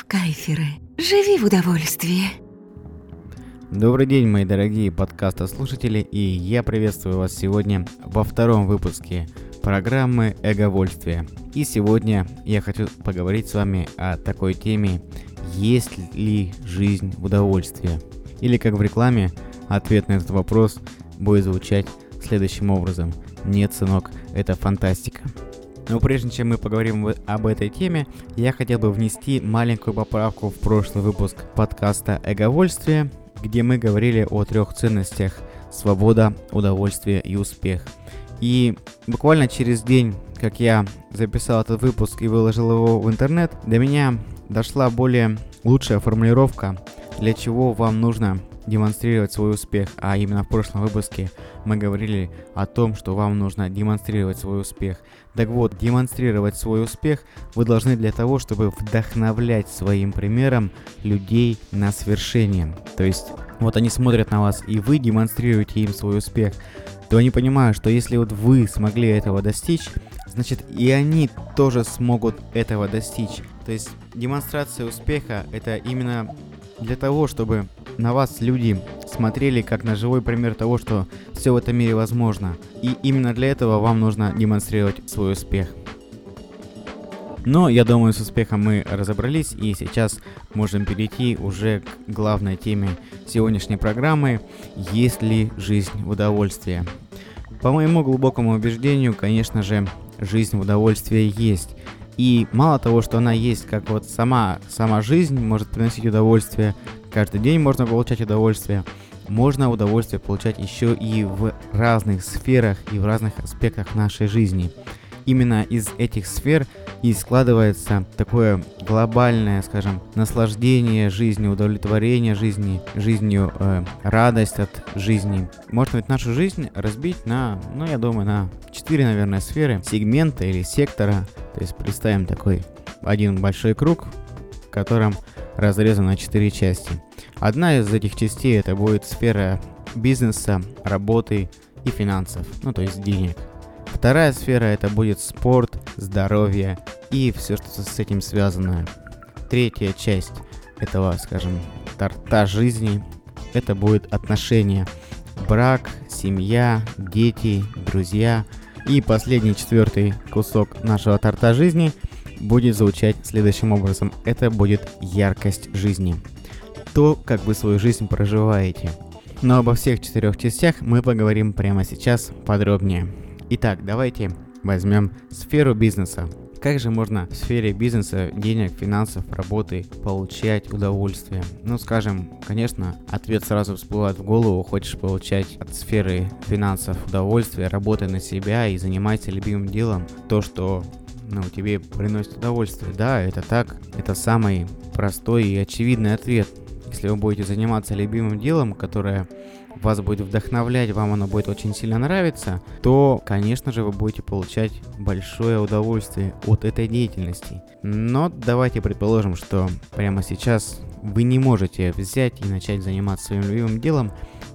кайферы. Живи в удовольствии. Добрый день, мои дорогие подкастослушатели, и я приветствую вас сегодня во втором выпуске программы «Эговольствие». И сегодня я хочу поговорить с вами о такой теме: есть ли жизнь в удовольствии? Или, как в рекламе, ответ на этот вопрос будет звучать следующим образом: нет, сынок, это фантастика. Но прежде чем мы поговорим об этой теме, я хотел бы внести маленькую поправку в прошлый выпуск подкаста «Эговольствие», где мы говорили о 3 ценностях: свобода, удовольствие и успех. И буквально через день, как я записал этот выпуск и выложил его в интернет, до меня дошла более лучшая формулировка, для чего вам нужно демонстрировать свой успех. А именно в прошлом выпуске мы говорили о том, что вам нужно демонстрировать свой успех. Так вот, демонстрировать свой успех вы должны для того, чтобы вдохновлять своим примером людей на свершение. То есть, вот они смотрят на вас, и вы демонстрируете им свой успех, то они понимают, что если вот вы смогли этого достичь, значит и они тоже смогут этого достичь. То есть демонстрация успеха — это именно для того, чтобы на вас люди смотрели как на живой пример того, что все в этом мире возможно. И именно для этого вам нужно демонстрировать свой успех. Но я думаю, с успехом мы разобрались, и сейчас можем перейти уже к главной теме сегодняшней программы: есть ли жизнь в удовольствии? По моему глубокому убеждению, конечно же, жизнь в удовольствии есть. И мало того, что она есть, как вот сама жизнь может приносить удовольствие, каждый день можно получать удовольствие, можно удовольствие получать еще и в разных сферах и в разных аспектах нашей жизни. Именно из этих сфер и складывается такое глобальное, скажем, наслаждение жизнью, удовлетворение жизнью, радость от жизни. Можно ведь нашу жизнь разбить на, я думаю, на 4, наверное, сферы, сегмента или сектора. То есть представим такой один большой круг, в котором разрезано 4 части. Одна из этих частей — это будет сфера бизнеса, работы и финансов, то есть денег. Вторая сфера — это будет спорт, здоровье и все, что с этим связано. Третья часть этого, скажем, торта жизни — это будет отношения: брак, семья, дети, друзья. И последний, 4-й кусок нашего торта жизни будет звучать следующим образом: это будет яркость жизни. То, как вы свою жизнь проживаете. Но обо всех 4 частях мы поговорим прямо сейчас подробнее. Итак, давайте возьмем сферу бизнеса. Как же можно в сфере бизнеса, денег, финансов, работы получать удовольствие? Скажем, конечно, ответ сразу всплывает в голову: хочешь получать от сферы финансов удовольствие, работай на себя и занимайся любимым делом, то, что тебе приносит удовольствие. Да, это так, это самый простой и очевидный ответ. Если вы будете заниматься любимым делом, которое вас будет вдохновлять, вам оно будет очень сильно нравиться, то, конечно же, вы будете получать большое удовольствие от этой деятельности. Но давайте предположим, что прямо сейчас вы не можете взять и начать заниматься своим любимым делом,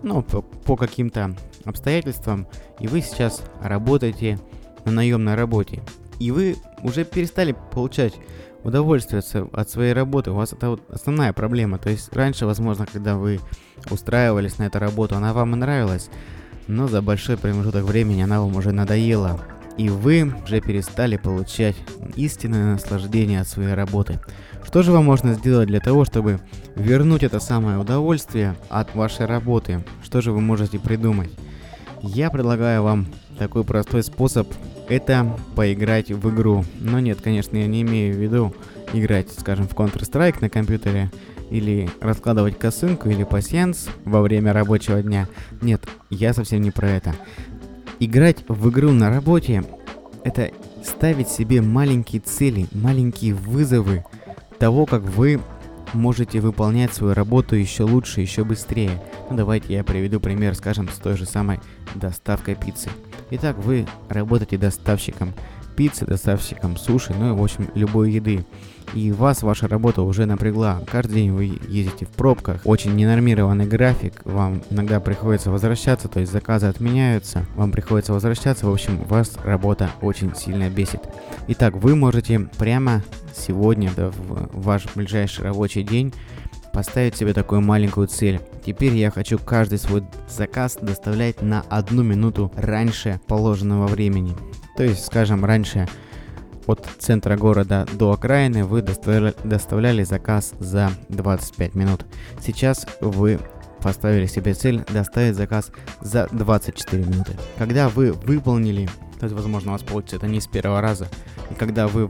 по каким-то обстоятельствам, и вы сейчас работаете на наемной работе, и вы уже перестали получать удовольствие от своей работы. У вас это основная проблема. То есть раньше, возможно, когда вы устраивались на эту работу, она вам и нравилась, но за большой промежуток времени она вам уже надоела, и вы уже перестали получать истинное наслаждение от своей работы. Что же вам можно сделать для того, чтобы вернуть это самое удовольствие от вашей работы? Что же вы можете придумать? Я предлагаю вам такой простой способ — это поиграть в игру. Но нет, конечно, я не имею в виду играть, скажем, в Counter-Strike на компьютере, или раскладывать косынку или пасьянс во время рабочего дня. Нет, я совсем не про это. Играть в игру на работе — это ставить себе маленькие цели, маленькие вызовы того, как вы можете выполнять свою работу еще лучше, еще быстрее. Давайте я приведу пример, скажем, с той же самой доставкой пиццы. Итак, вы работаете доставщиком пиццы, доставщиком суши, ну и, в общем, любой еды. И вас ваша работа уже напрягла. Каждый день вы ездите в пробках, очень ненормированный график, вам иногда приходится возвращаться, то есть заказы отменяются, вам приходится возвращаться, в общем, вас работа очень сильно бесит. Итак, вы можете прямо сегодня, в ваш ближайший рабочий день, поставить себе такую маленькую цель. Теперь я хочу каждый свой заказ доставлять на 1 минуту раньше положенного времени. То есть, скажем, раньше от центра города до окраины вы доставляли заказ за 25 минут. Сейчас вы поставили себе цель доставить заказ за 24 минуты. Когда вы выполнили, то есть, возможно, у вас получится это не с первого раза, и когда вы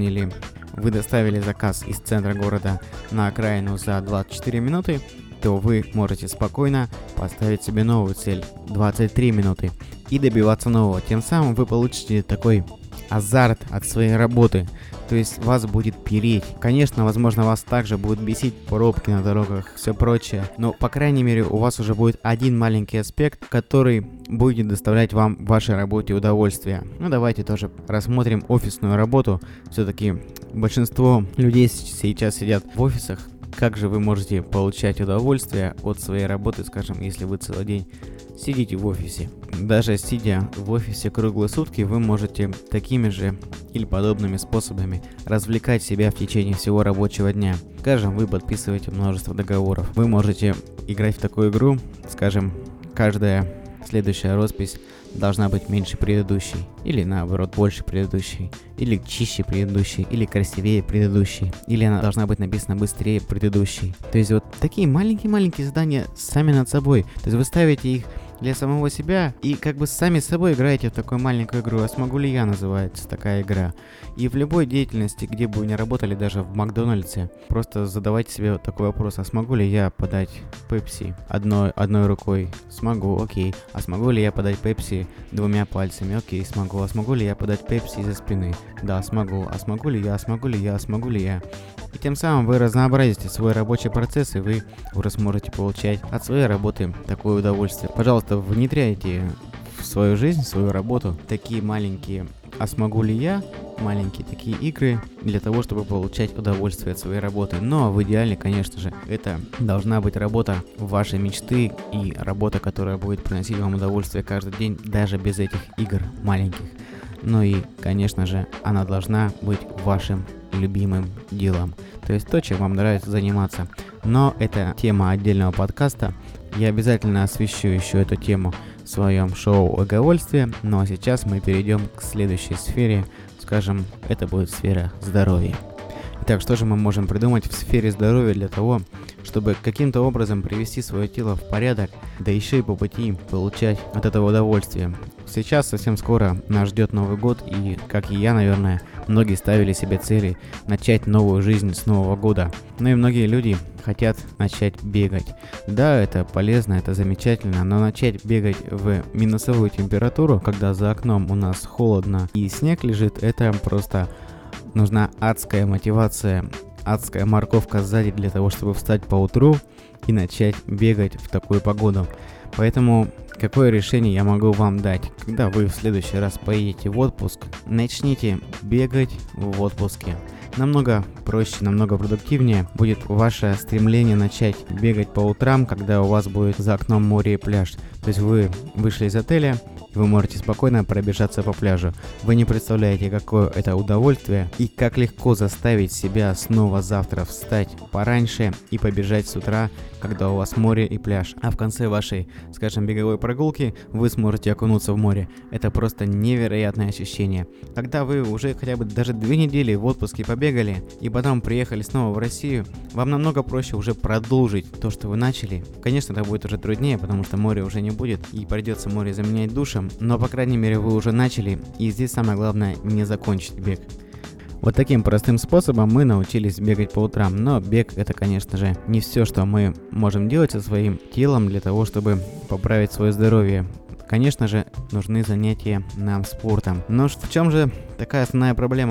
доставили заказ из центра города на окраину за 24 минуты, то вы можете спокойно поставить себе новую цель 23 минуты и добиваться нового. Тем самым вы получите такой азарт от своей работы, то есть вас будет переть. Конечно, возможно, вас также будут бесить пробки на дорогах, все прочее, но, по крайней мере, у вас уже будет один маленький аспект, который будет доставлять вам в вашей работе удовольствие. Ну, давайте тоже рассмотрим офисную работу. Все-таки большинство людей сейчас сидят в офисах. Как же вы можете получать удовольствие от своей работы, скажем, если вы целый день сидите в офисе? Даже сидя в офисе круглые сутки, вы можете такими же или подобными способами развлекать себя в течение всего рабочего дня. Скажем, вы подписываете множество договоров. Вы можете играть в такую игру, скажем, каждая следующая роспись должна быть меньше предыдущей, или наоборот больше предыдущей, или чище предыдущей, или красивее предыдущей, или она должна быть написана быстрее предыдущей. То есть вот такие маленькие-маленькие задания сами над собой. То есть вы ставите их для самого себя и как бы сами с собой играете в такую маленькую игру. «А смогу ли я» называется такая игра. И в любой деятельности, где бы вы ни работали, даже в Макдональдсе, просто задавайте себе вот такой вопрос: а смогу ли я подать пепси одной рукой? Смогу, окей. А смогу ли я подать пепси 2 пальцами? Окей, смогу. А смогу ли я подать пепси из-за спины? Да, смогу. А смогу ли я? Смогу ли я? Смогу ли я? И тем самым вы разнообразите свой рабочий процесс, и вы уже сможете получать от своей работы такое удовольствие. Пожалуйста, внедряйте в свою жизнь, в свою работу такие маленькие «а смогу ли я?» маленькие такие игры для того, чтобы получать удовольствие от своей работы. Но в идеале, конечно же, это должна быть работа вашей мечты и работа, которая будет приносить вам удовольствие каждый день, даже без этих игр маленьких. Ну и, конечно же, она должна быть вашим любимым делом. То есть то, чем вам нравится заниматься. Но это тема отдельного подкаста. Я обязательно освещу еще эту тему в своем шоу «Эговольствие». Ну а сейчас мы перейдем к следующей сфере. Скажем, это будет сфера здоровья. Итак, что же мы можем придумать в сфере здоровья для того, чтобы каким-то образом привести свое тело в порядок, да еще и по пути получать от этого удовольствие? Сейчас совсем скоро нас ждет Новый год, и, как и я, наверное, многие ставили себе цели начать новую жизнь с Нового года. Ну и многие люди хотят начать бегать. Да, это полезно, это замечательно, но начать бегать в минусовую температуру, когда за окном у нас холодно и снег лежит, это просто нужна адская мотивация, адская морковка сзади для того, чтобы встать по утру и начать бегать в такую погоду. Поэтому какое решение я могу вам дать? Когда вы в следующий раз поедете в отпуск, начните бегать в отпуске. Намного проще, намного продуктивнее будет ваше стремление начать бегать по утрам, когда у вас будет за окном море и пляж. То есть вы вышли из отеля, вы можете спокойно пробежаться по пляжу. Вы не представляете, какое это удовольствие и как легко заставить себя снова завтра встать пораньше и побежать с утра, когда у вас море и пляж. А в конце вашей, скажем, беговой прогулки вы сможете окунуться в море. Это просто невероятное ощущение. Когда вы уже хотя бы даже 2 недели в отпуске побегали и потом приехали снова в Россию, вам намного проще уже продолжить то, что вы начали. Конечно, это будет уже труднее, потому что моря уже не будет и придется море заменять душем, но по крайней мере вы уже начали, и здесь самое главное не закончить бег. Вот таким простым способом мы научились бегать по утрам, но бег это, конечно же, не все, что мы можем делать со своим телом для того, чтобы поправить свое здоровье. Конечно же, нужны занятия нам спортом. Но в чем же такая основная проблема?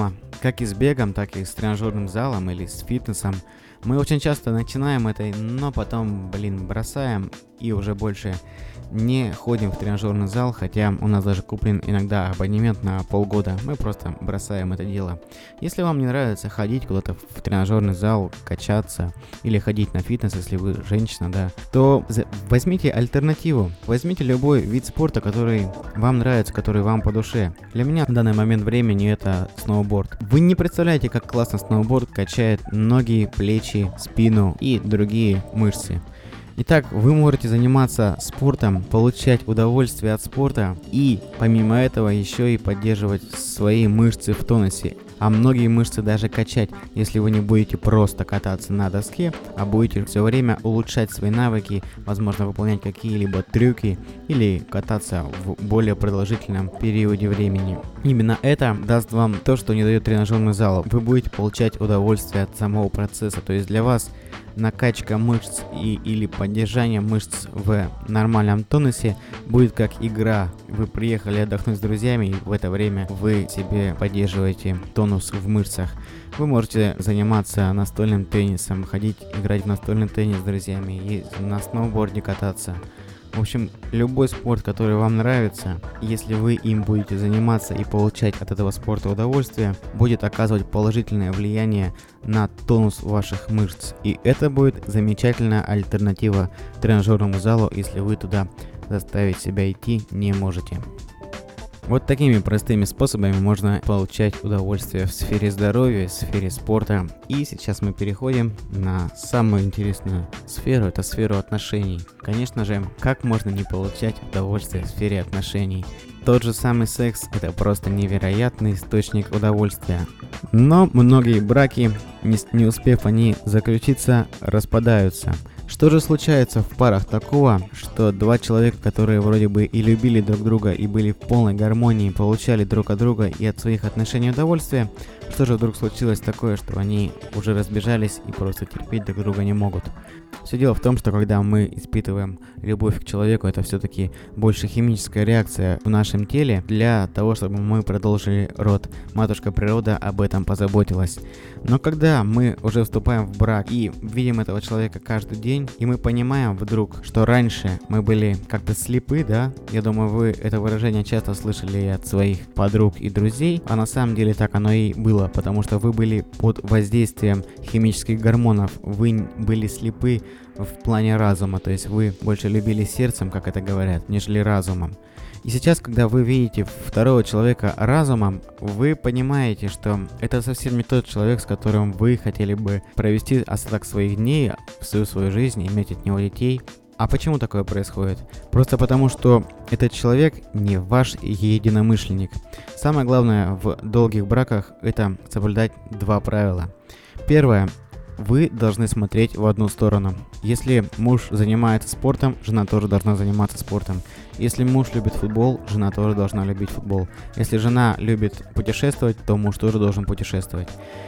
как и с бегом, так и с тренажерным залом или с фитнесом. Мы очень часто начинаем это, но потом, бросаем и уже больше не ходим в тренажерный зал, хотя у нас даже куплен иногда абонемент на полгода. Мы просто бросаем это дело. Если вам не нравится ходить куда-то в тренажерный зал, качаться или ходить на фитнес, если вы женщина, да, то возьмите альтернативу. Возьмите любой вид спорта, который вам нравится, который вам по душе. Для меня в данный момент времени это сноуборд. Вы не представляете, как классно сноуборд качает ноги, плечи, спину и другие мышцы. Итак, вы можете заниматься спортом, получать удовольствие от спорта и помимо этого еще и поддерживать свои мышцы в тонусе. А многие мышцы даже качать, если вы не будете просто кататься на доске, а будете все время улучшать свои навыки, возможно выполнять какие-либо трюки или кататься в более продолжительном периоде времени. Именно это даст вам то, что не дает тренажерный зал. Вы будете получать удовольствие от самого процесса, то есть для вас накачка мышц или поддержание мышц в нормальном тонусе будет как игра. Вы приехали отдохнуть с друзьями, и в это время вы себе поддерживаете тонус в мышцах. Вы можете заниматься настольным теннисом, ходить играть в настольный теннис с друзьями и на сноуборде кататься. В общем, любой спорт, который вам нравится, если вы им будете заниматься и получать от этого спорта удовольствие, будет оказывать положительное влияние на тонус ваших мышц. И это будет замечательная альтернатива тренажерному залу, если вы туда заставить себя идти не можете. Вот такими простыми способами можно получать удовольствие в сфере здоровья, в сфере спорта. И сейчас мы переходим на самую интересную сферу, это сферу отношений. Конечно же, как можно не получать удовольствие в сфере отношений? Тот же самый секс – это просто невероятный источник удовольствия. Но многие браки, не успев они заключиться, распадаются. Что же случается в парах такого, что два человека, которые вроде бы и любили друг друга, и были в полной гармонии, получали друг от друга и от своих отношений удовольствие, что же вдруг случилось такое, что они уже разбежались и просто терпеть друг друга не могут? Все дело в том, что когда мы испытываем любовь к человеку, это все-таки больше химическая реакция в нашем теле для того, чтобы мы продолжили род. Матушка природа об этом позаботилась. Но когда мы уже вступаем в брак и видим этого человека каждый день, и мы понимаем вдруг, что раньше мы были как-то слепы, да? Я думаю, вы это выражение часто слышали и от своих подруг и друзей, а на самом деле так оно и было, потому что вы были под воздействием химических гормонов, вы были слепы в плане разума, то есть вы больше любили сердцем, как это говорят, нежели разумом. И сейчас, когда вы видите второго человека разумом, вы понимаете, что это совсем не тот человек, с которым вы хотели бы провести остаток своих дней, всю свою жизнь, иметь от него детей. А почему такое происходит? Просто потому, что этот человек не ваш единомышленник. Самое главное в долгих браках – это соблюдать два правила. Первое. Вы должны смотреть в одну сторону. Если муж занимается спортом, жена тоже должна заниматься спортом. Если муж любит футбол, жена тоже должна любить футбол. Если жена любит путешествовать, то муж тоже должен путешествовать.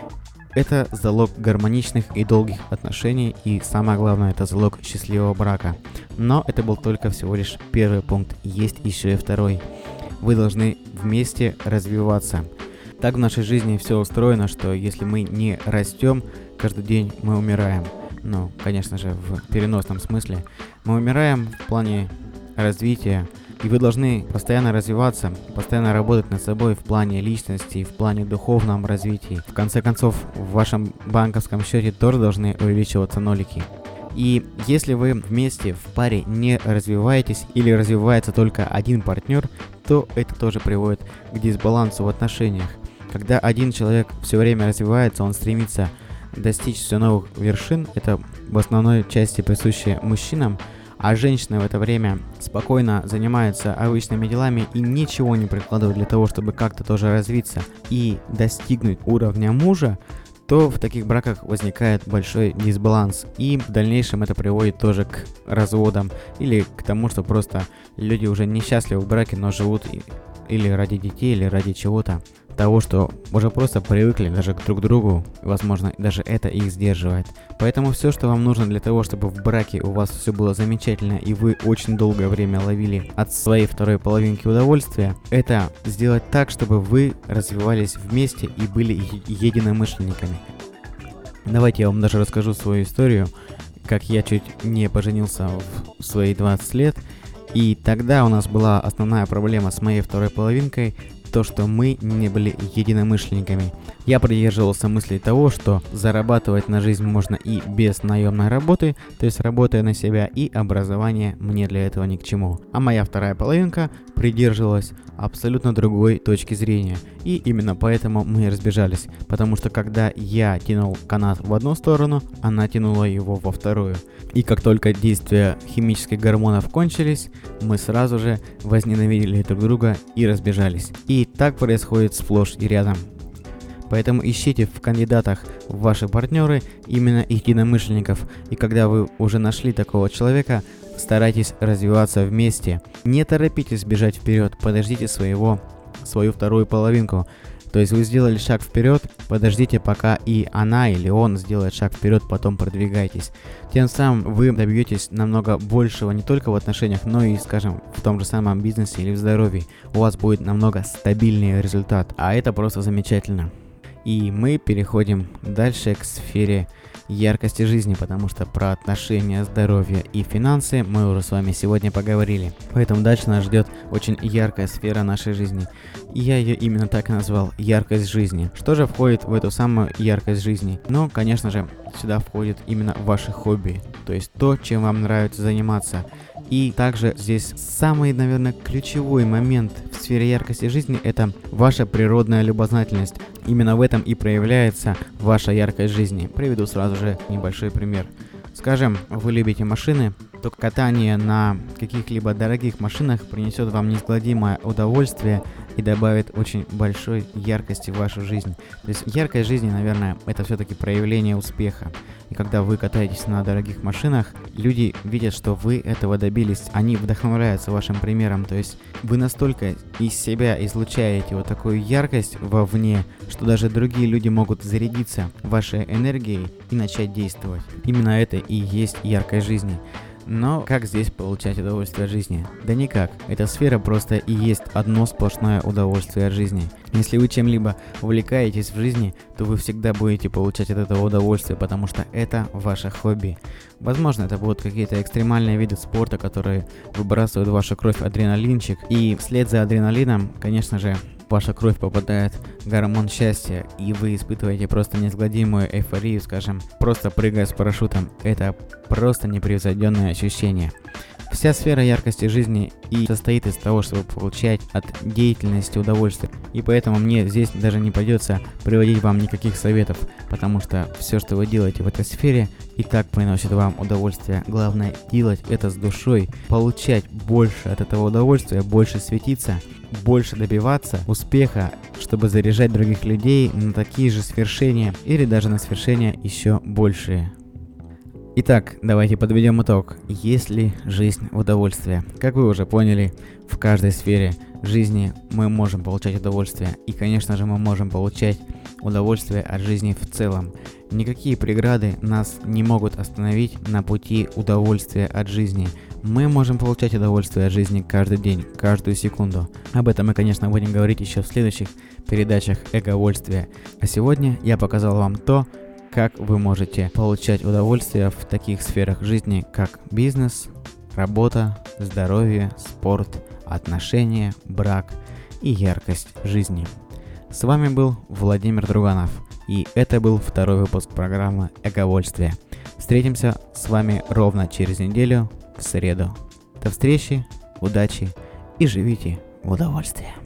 Это залог гармоничных и долгих отношений, и самое главное, это залог счастливого брака. Но это был только всего лишь первый пункт, есть еще и второй. Вы должны вместе развиваться. Так в нашей жизни все устроено, что если мы не растем, каждый день мы умираем. Ну, конечно же, в переносном смысле. Мы умираем в плане развития, и вы должны постоянно развиваться, постоянно работать над собой в плане личности, в плане духовном развитии. В конце концов, в вашем банковском счете тоже должны увеличиваться нолики. И если вы вместе в паре не развиваетесь или развивается только один партнер, то это тоже приводит к дисбалансу в отношениях. Когда один человек все время развивается, он стремится достичь все новых вершин, это в основной части присуще мужчинам, а женщины в это время спокойно занимаются обычными делами и ничего не прикладывают для того, чтобы как-то тоже развиться и достигнуть уровня мужа, то в таких браках возникает большой дисбаланс. И в дальнейшем это приводит тоже к разводам или к тому, что просто люди уже несчастливы в браке, но живут или ради детей, или ради чего-то, того, что уже просто привыкли даже друг к другу, возможно, даже это их сдерживает. Поэтому все, что вам нужно для того, чтобы в браке у вас все было замечательно и вы очень долгое время ловили от своей второй половинки удовольствия, это сделать так, чтобы вы развивались вместе и были единомышленниками. Давайте я вам даже расскажу свою историю, как я чуть не поженился в свои 20 лет. И тогда у нас была основная проблема с моей второй половинкой, то, что мы не были единомышленниками. Я придерживался мысли того, что зарабатывать на жизнь можно и без наемной работы, то есть работая на себя, и образование мне для этого ни к чему. А моя вторая половинка придерживалась абсолютно другой точки зрения. И именно поэтому мы и разбежались. Потому что когда я тянул канат в одну сторону, она тянула его во вторую. И как только действия химических гормонов кончились, мы сразу же возненавидели друг друга и разбежались. И так происходит сплошь и рядом. Поэтому ищите в кандидатах в ваши партнеры именно единомышленников. И когда вы уже нашли такого человека, старайтесь развиваться вместе. Не торопитесь бежать вперед, подождите свою вторую половинку. То есть вы сделали шаг вперед, подождите, пока и она или он сделает шаг вперед, потом продвигайтесь. Тем самым вы добьетесь намного большего не только в отношениях, но и, скажем, в том же самом бизнесе или в здоровье. У вас будет намного стабильнее результат, а это просто замечательно. И мы переходим дальше к сфере яркости жизни, потому что про отношения, здоровье и финансы мы уже с вами сегодня поговорили. Поэтому дальше нас ждет очень яркая сфера нашей жизни. И я ее именно так и назвал – яркость жизни. Что же входит в эту самую яркость жизни? Ну, конечно же, сюда входит именно ваши хобби, то есть то, чем вам нравится заниматься. И также здесь самый, наверное, ключевой момент в сфере яркости жизни – это ваша природная любознательность. Именно в этом и проявляется ваша яркость жизни. Приведу сразу же небольшой пример. Скажем, вы любите машины, то катание на каких-либо дорогих машинах принесет вам неизгладимое удовольствие и добавит очень большой яркости в вашу жизнь. То есть яркость жизни, наверное, это все-таки проявление успеха. И когда вы катаетесь на дорогих машинах, люди видят, что вы этого добились, они вдохновляются вашим примером. То есть вы настолько из себя излучаете вот такую яркость вовне, что даже другие люди могут зарядиться вашей энергией и начать действовать. Именно это и есть яркость жизни. Но как здесь получать удовольствие от жизни? Да никак. Эта сфера просто и есть одно сплошное удовольствие от жизни. Если вы чем-либо увлекаетесь в жизни, то вы всегда будете получать от этого удовольствие, потому что это ваше хобби. Возможно, это будут какие-то экстремальные виды спорта, которые выбрасывают в вашу кровь адреналинчик. И вслед за адреналином, конечно же, в вашу кровь попадает гормон счастья, и вы испытываете просто неизгладимую эйфорию, скажем, просто прыгая с парашютом. Это просто непревзойденное ощущение. Вся сфера яркости жизни и состоит из того, чтобы получать от деятельности удовольствие. И поэтому мне здесь даже не придется приводить вам никаких советов, потому что все, что вы делаете в этой сфере, и так приносит вам удовольствие. Главное делать это с душой, получать больше от этого удовольствия, больше светиться, больше добиваться успеха, чтобы заряжать других людей на такие же свершения или даже на свершения еще большие. Итак, давайте подведем итог. Есть ли жизнь удовольствие? Как вы уже поняли, в каждой сфере жизни мы можем получать удовольствие. И, конечно же, мы можем получать удовольствие от жизни в целом. Никакие преграды нас не могут остановить на пути удовольствия от жизни. Мы можем получать удовольствие от жизни каждый день, каждую секунду. Об этом мы, конечно, будем говорить еще в следующих передачах «Эговольствие». А сегодня я показал вам то, как вы можете получать удовольствие в таких сферах жизни, как бизнес, работа, здоровье, спорт, отношения, брак и яркость жизни. С вами был Владимир Друганов, и это был второй выпуск программы «Эговольствие». Встретимся с вами ровно через неделю, в среду. До встречи, удачи и живите в удовольствии.